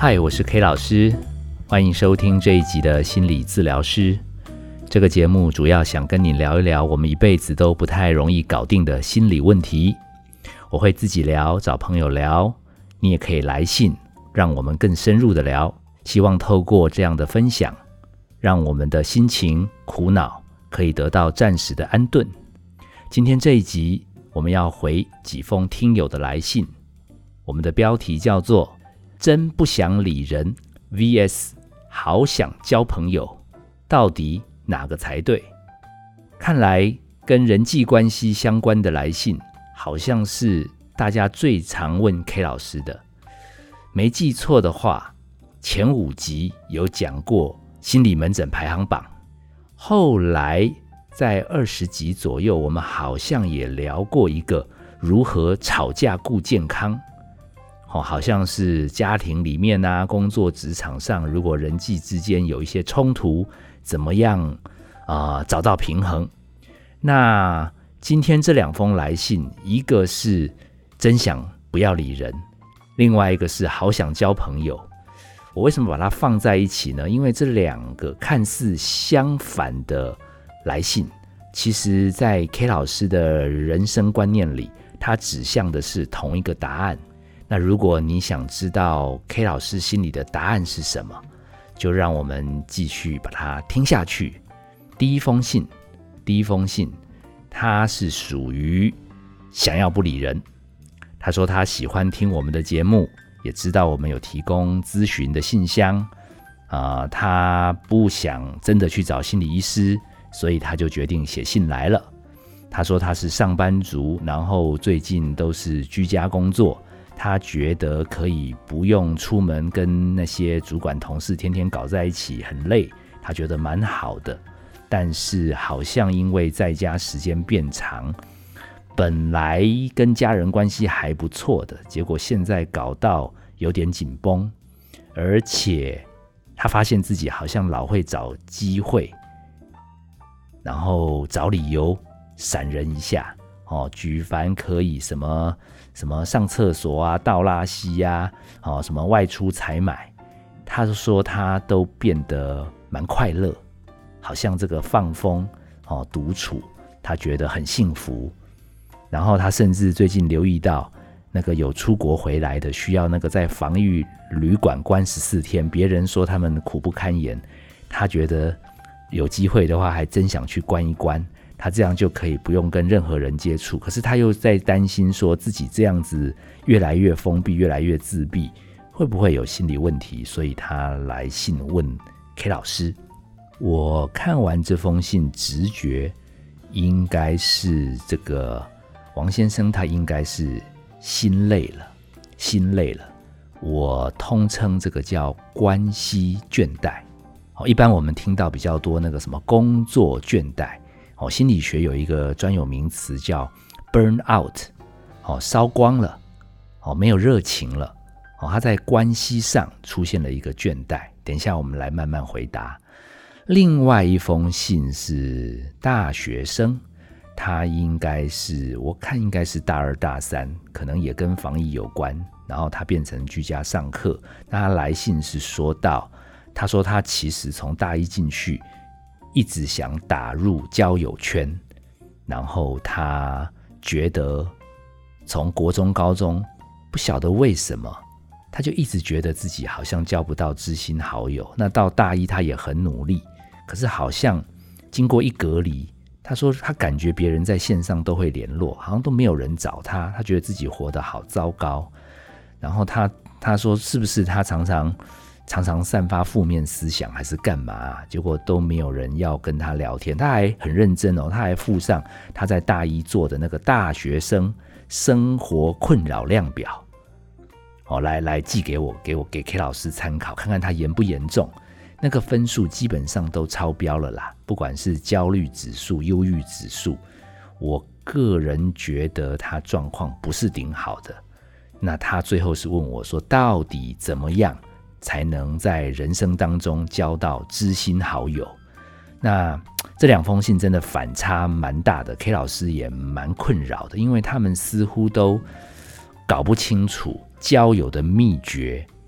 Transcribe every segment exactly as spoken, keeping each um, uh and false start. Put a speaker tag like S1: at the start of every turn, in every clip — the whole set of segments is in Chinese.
S1: 嗨，我是 K 老师，欢迎收听这一集的心理治疗师。这个节目主要想跟你聊一聊我们一辈子都不太容易搞定的心理问题。我会自己聊，找朋友聊，你也可以来信，让我们更深入的聊。希望透过这样的分享，让我们的心情、苦恼可以得到暂时的安顿。今天这一集，我们要回几封听友的来信。我们的标题叫做真不想理人 V S 好想交朋友，到底哪个才对？看来跟人际关系相关的来信，好像是大家最常问 K 老师的。没记错的话，前五集有讲过心理门诊排行榜，后来在二十集左右，我们好像也聊过一个如何吵架顾健康。哦，好像是家庭里面啊，工作职场上，如果人际之间有一些冲突，怎么样啊、呃、找到平衡？那今天这两封来信，一个是真想不要理人，另外一个是好想交朋友。我为什么把它放在一起呢？因为这两个看似相反的来信，其实在 K 老师的人生观念里，它指向的是同一个答案。那如果你想知道 K 老师心里的答案是什么，就让我们继续把它听下去。第一封信，第一封信，他是属于想要不理人。他说他喜欢听我们的节目，也知道我们有提供咨询的信箱，呃，他不想真的去找心理医师，所以他就决定写信来了。他说他是上班族，然后最近都是居家工作，他觉得可以不用出门跟那些主管同事天天搞在一起，很累，他觉得蛮好的。但是好像因为在家时间变长，本来跟家人关系还不错的，结果现在搞到有点紧绷，而且他发现自己好像老会找机会，然后找理由闪人一下。哦，举凡可以什么什么上厕所啊、倒垃圾啊、哦、什么外出采买，他说他都变得蛮快乐，好像这个放风、哦、独处，他觉得很幸福。然后他甚至最近留意到，那个有出国回来的，需要那个在防疫旅馆关十四天，别人说他们苦不堪言，他觉得有机会的话，还真想去关一关。他这样就可以不用跟任何人接触，可是他又在担心说自己这样子越来越封闭，越来越自闭，会不会有心理问题？所以他来信问 K 老师。我看完这封信，直觉应该是这个王先生他应该是心累了，心累了。我通称这个叫关系倦怠。一般我们听到比较多那个什么工作倦怠。哦、心理学有一个专有名词叫 burn out， 哦、烧光了，哦、没有热情了，哦、他在关系上出现了一个倦怠。等一下我们来慢慢回答。另外一封信是大学生，他应该是我看应该是大二大三，可能也跟防疫有关，然后他变成居家上课。那他来信是说到，他说他其实从大一进去一直想打入交友圈，然后他觉得从国中高中不晓得为什么他就一直觉得自己好像交不到知心好友。那到大一他也很努力，可是好像经过一隔离，他说他感觉别人在线上都会联络，好像都没有人找他，他觉得自己活得好糟糕。然后他他说是不是他常常常常散发负面思想还是干嘛、啊、结果都没有人要跟他聊天。他还很认真哦，他还附上他在大一做的那个大学生生活困扰量表、哦、来来寄给我给我给 K 老师参考，看看他严不严重。那个分数基本上都超标了啦，不管是焦虑指数、忧郁指数，我个人觉得他状况不是顶好的。那他最后是问我说，到底怎么样才能在人生当中交到知心好友？那这两封信真的反差蛮大的， K 老师也蛮困扰的，因为他们似乎都搞不清楚交友的秘诀，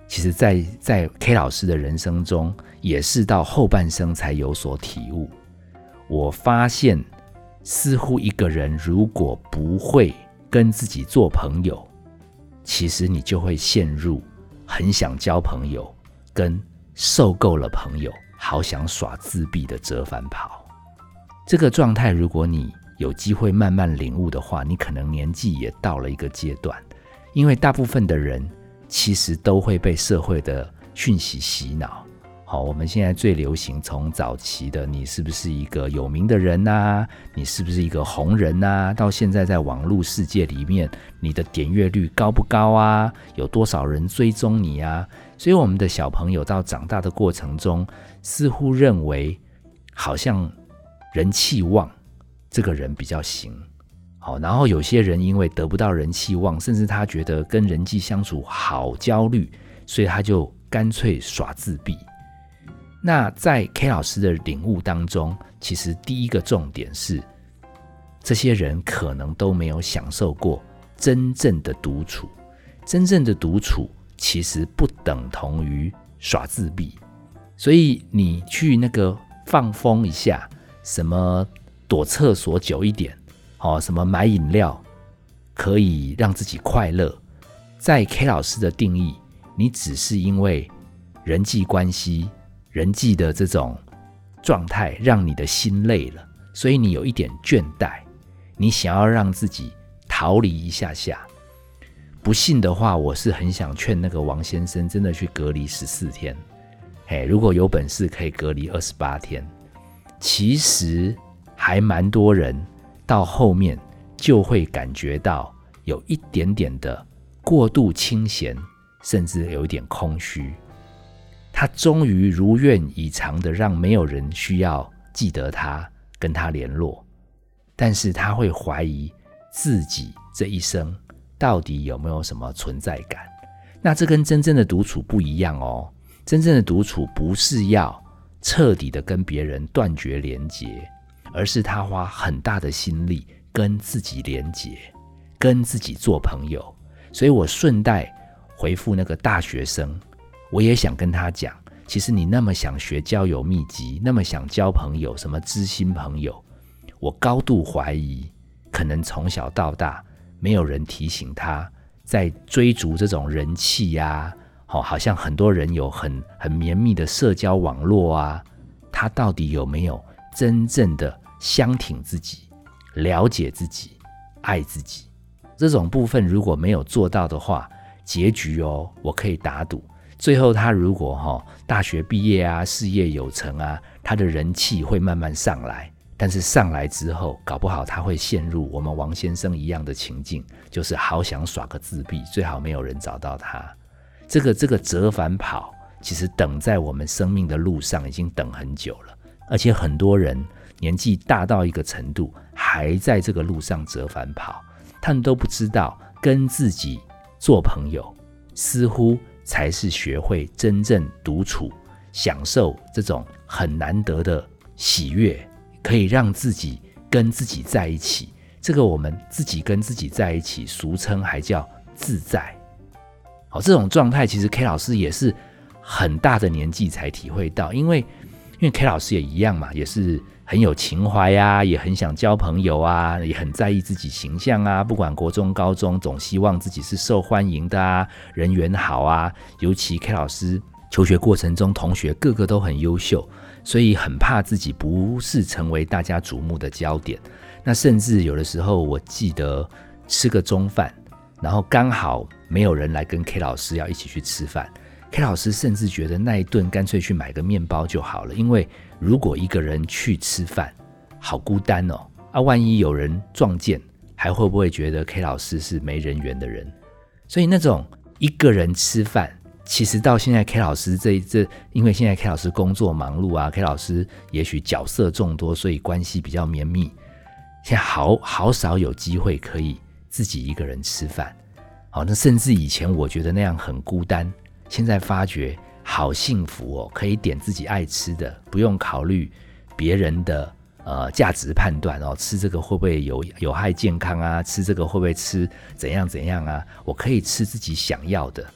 S1: 其实在在 K 老师的人生中，也是到后半生才有所体悟。我发现，似乎一个人如果不会跟自己做朋友，其实你就会陷入很想交朋友，跟受够了朋友，好想耍自闭的折返跑。这个状态，如果你有机会慢慢领悟的话，你可能年纪也到了一个阶段，因为大部分的人其实都会被社会的讯息洗脑。好，我们现在最流行从早期的你是不是一个有名的人啊，你是不是一个红人啊，到现在在网络世界里面，你的点阅率高不高啊，有多少人追踪你啊。所以我们的小朋友到长大的过程中，似乎认为好像人气旺这个人比较行。好，然后有些人因为得不到人气旺，甚至他觉得跟人际相处好焦虑，所以他就干脆耍自闭。那在 K 老师的领悟当中，其实第一个重点是，这些人可能都没有享受过真正的独处。真正的独处其实不等同于耍自闭，所以你去那个放风一下，什么躲厕所久一点，哦，什么买饮料可以让自己快乐，在 K 老师的定义，你只是因为人际关系人际的这种状态让你的心累了，所以你有一点倦怠，你想要让自己逃离一下下。不信的话，我是很想劝那个王先生真的去隔离十四天，嘿，如果有本事可以隔离二十八天。其实还蛮多人到后面就会感觉到有一点点的过度清闲，甚至有一点空虚。他终于如愿以偿的让没有人需要记得他，跟他联络，但是他会怀疑自己这一生到底有没有什么存在感。那这跟真正的独处不一样哦。真正的独处不是要彻底的跟别人断绝连结，而是他花很大的心力跟自己连结，跟自己做朋友。所以我顺带回复那个大学生，我也想跟他讲，其实你那么想学交友秘籍，那么想交朋友，什么知心朋友，我高度怀疑可能从小到大没有人提醒他，在追逐这种人气啊，好像很多人有很很绵密的社交网络啊，他到底有没有真正的相挺自己，了解自己，爱自己。这种部分如果没有做到的话，结局哦，我可以打赌，最后他如果、哦、大学毕业啊，事业有成啊，他的人气会慢慢上来，但是上来之后搞不好他会陷入我们王先生一样的情境，就是好想耍个自闭，最好没有人找到他。这个这个折返跑其实等在我们生命的路上已经等很久了，而且很多人年纪大到一个程度还在这个路上折返跑，他们都不知道跟自己做朋友似乎才是学会真正独处，享受这种很难得的喜悦，可以让自己跟自己在一起。这个我们自己跟自己在一起，俗称还叫自在。好，这种状态其实 K 老师也是很大的年纪才体会到，因为因为 K 老师也一样嘛，也是很有情怀啊，也很想交朋友啊，也很在意自己形象啊，不管国中高中总希望自己是受欢迎的啊，人缘好啊。尤其 K 老师求学过程中同学个个都很优秀，所以很怕自己不是成为大家瞩目的焦点。那甚至有的时候我记得吃个中饭，然后刚好没有人来跟 K 老师要一起去吃饭， K 老师甚至觉得那一顿干脆去买个面包就好了，因为如果一个人去吃饭好孤单哦，啊，万一有人撞见，还会不会觉得 K 老师是没人缘的人？所以那种一个人吃饭，其实到现在 K 老师这这，因为现在 K 老师工作忙碌啊， K 老师也许角色众多，所以关系比较绵密，现在好好少有机会可以自己一个人吃饭。好，那甚至以前我觉得那样很孤单，现在发觉好幸福哦，可以点自己爱吃的，不用考虑别人的呃价值判断哦，吃这个会不会有有害健康啊？吃这个会不会吃怎样怎样啊？我可以吃自己想要的。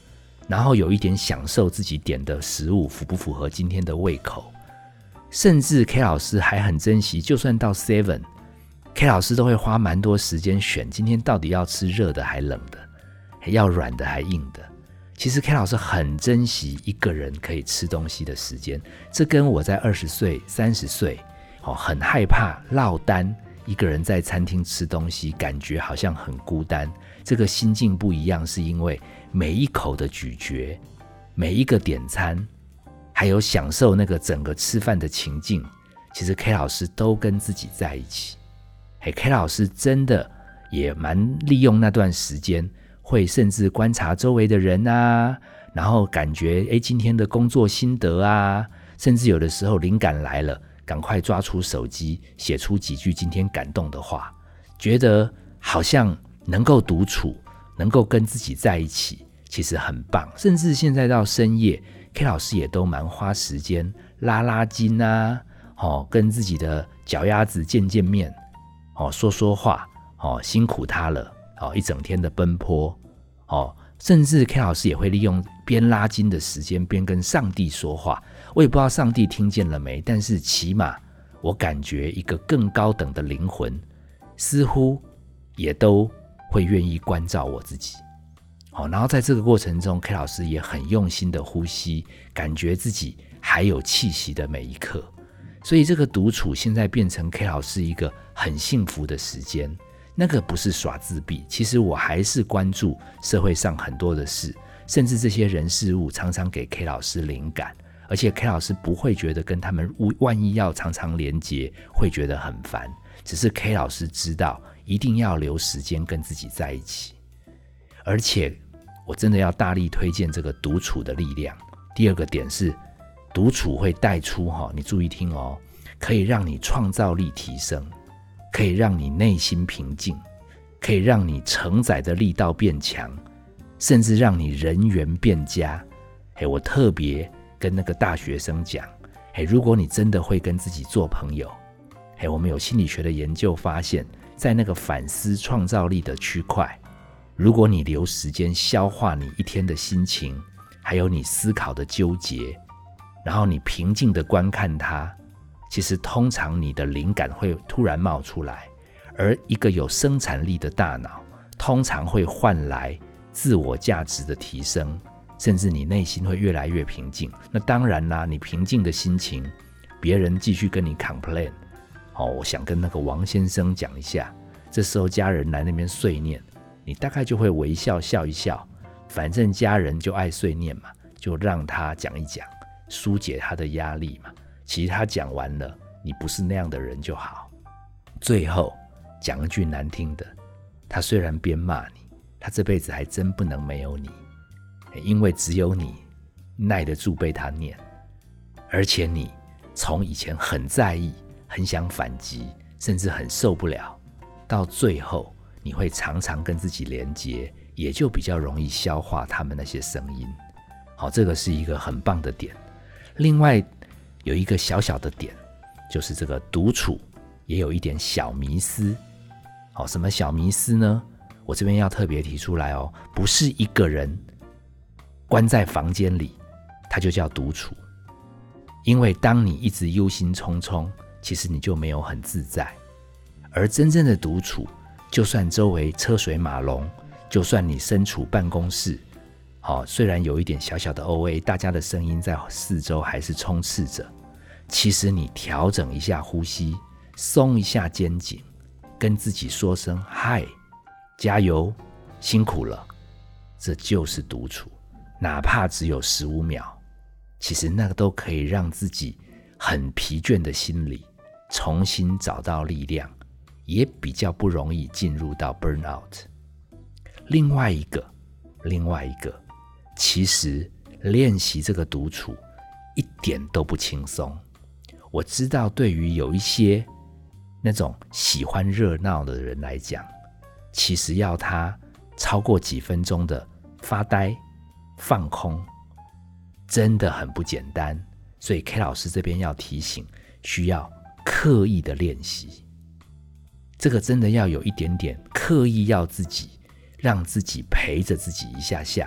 S1: 然后有一点享受自己点的食物符不符合今天的胃口。甚至 K 老师还很珍惜，就算到 seven K 老师都会花蛮多时间选今天到底要吃热的还冷的，要软的还硬的。其实 K 老师很珍惜一个人可以吃东西的时间，这跟我在二十岁、三十岁、哦、很害怕落单，一个人在餐厅吃东西，感觉好像很孤单。这个心境不一样，是因为每一口的咀嚼，每一个点餐，还有享受那个整个吃饭的情境，其实 K 老师都跟自己在一起。K 老师真的也蛮利用那段时间，会甚至观察周围的人啊，然后感觉诶今天的工作心得啊，甚至有的时候灵感来了，赶快抓出手机写出几句今天感动的话，觉得好像能够独处，能够跟自己在一起，其实很棒。甚至现在到深夜 K 老师也都蛮花时间拉拉筋啊、哦、跟自己的脚丫子见见面、哦、说说话、哦、辛苦他了、哦、一整天的奔波、哦、甚至 K 老师也会利用边拉筋的时间边跟上帝说话。我也不知道上帝听见了没，但是起码我感觉一个更高等的灵魂似乎也都会愿意关照我自己。好，然后在这个过程中 K 老师也很用心的呼吸，感觉自己还有气息的每一刻。所以这个独处现在变成 K 老师一个很幸福的时间。那个不是耍自闭，其实我还是关注社会上很多的事，甚至这些人事物常常给 K 老师灵感，而且 K 老师不会觉得跟他们万一要常常连结会觉得很烦，只是 K 老师知道一定要留时间跟自己在一起。而且我真的要大力推荐这个独处的力量。第二个点是独处会带出，你注意听哦，可以让你创造力提升，可以让你内心平静，可以让你承载的力道变强，甚至让你人缘变佳。我特别跟那个大学生讲，如果你真的会跟自己做朋友，我们有心理学的研究发现，在那个反思创造力的区块，如果你留时间消化你一天的心情，还有你思考的纠结，然后你平静地观看它，其实通常你的灵感会突然冒出来。而一个有生产力的大脑通常会换来自我价值的提升，甚至你内心会越来越平静。那当然啦，你平静的心情，别人继续跟你 complain、哦、我想跟那个王先生讲一下，这时候家人来那边碎念，你大概就会微笑笑一笑，反正家人就爱碎念嘛，就让他讲一讲，疏解他的压力嘛。其实他讲完了，你不是那样的人就好。最后讲一句难听的，他虽然边骂你，他这辈子还真不能没有你，因为只有你耐得住被他念。而且你从以前很在意，很想反击，甚至很受不了，到最后你会常常跟自己连结，也就比较容易消化他们那些声音。好，这个是一个很棒的点。另外有一个小小的点，就是这个独处也有一点小迷思。好，什么小迷思呢？我这边要特别提出来哦，不是一个人关在房间里他就叫独处，因为当你一直忧心忡忡，其实你就没有很自在。而真正的独处，就算周围车水马龙，就算你身处办公室、哦、虽然有一点小小的 O A， 大家的声音在四周还是充斥着，其实你调整一下呼吸，松一下肩颈，跟自己说声嗨，加油，辛苦了，这就是独处。哪怕只有十五秒，其实那个都可以让自己很疲倦的心理重新找到力量，也比较不容易进入到 burnout。 另外一个另外一个其实练习这个独处一点都不轻松。我知道对于有一些那种喜欢热闹的人来讲，其实要他超过几分钟的发呆放空真的很不简单。所以 K 老师这边要提醒，需要刻意的练习。这个真的要有一点点刻意，要自己让自己陪着自己一下下，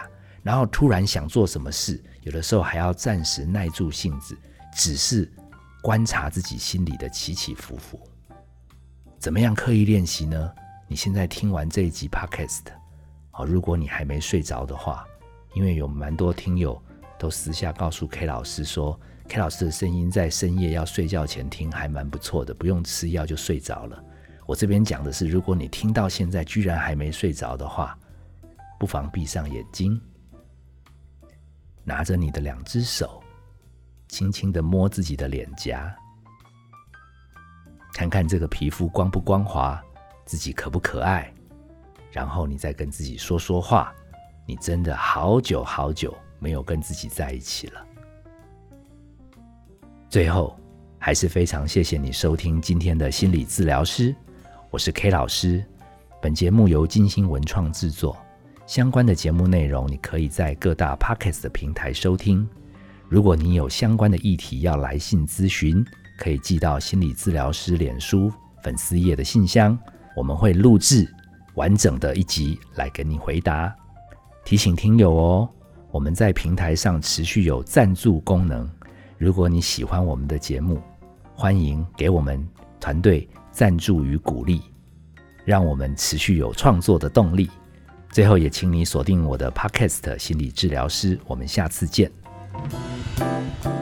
S1: 然后突然想做什么事，有的时候还要暂时耐住性子，只是观察自己心里的起起伏伏。怎么样刻意练习呢？你现在听完这一集 Podcast， 如果你还没睡着的话，因为有蛮多听友都私下告诉 K 老师说 K 老师的声音在深夜要睡觉前听还蛮不错的，不用吃药就睡着了。我这边讲的是，如果你听到现在居然还没睡着的话，不妨闭上眼睛，拿着你的两只手，轻轻地摸自己的脸颊，看看这个皮肤光不光滑，自己可不可爱，然后你再跟自己说说话，你真的好久好久没有跟自己在一起了。最后，还是非常谢谢你收听今天的心理治疗师，我是 K 老师。本节目由金星文创制作，相关的节目内容你可以在各大 Podcast 的平台收听。如果你有相关的议题要来信咨询，可以寄到心理治疗师脸书粉丝页的信箱，我们会录制完整的一集来给你回答。提醒听友哦，我们在平台上持续有赞助功能，如果你喜欢我们的节目，欢迎给我们团队赞助与鼓励，让我们持续有创作的动力。最后也请你锁定我的 Podcast 心理治疗师，我们下次见。